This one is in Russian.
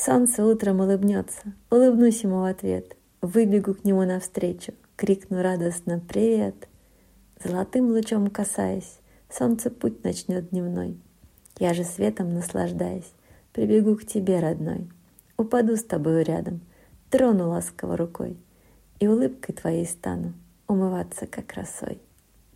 Солнце утром улыбнется, улыбнусь ему в ответ, выбегу к нему навстречу, крикну радостно «Привет!». Золотым лучом касаясь, солнце путь начнет дневной. Я же светом наслаждаясь, прибегу к тебе, родной. Упаду с тобою рядом, трону ласково рукой, и улыбкой твоей стану умываться, как росой.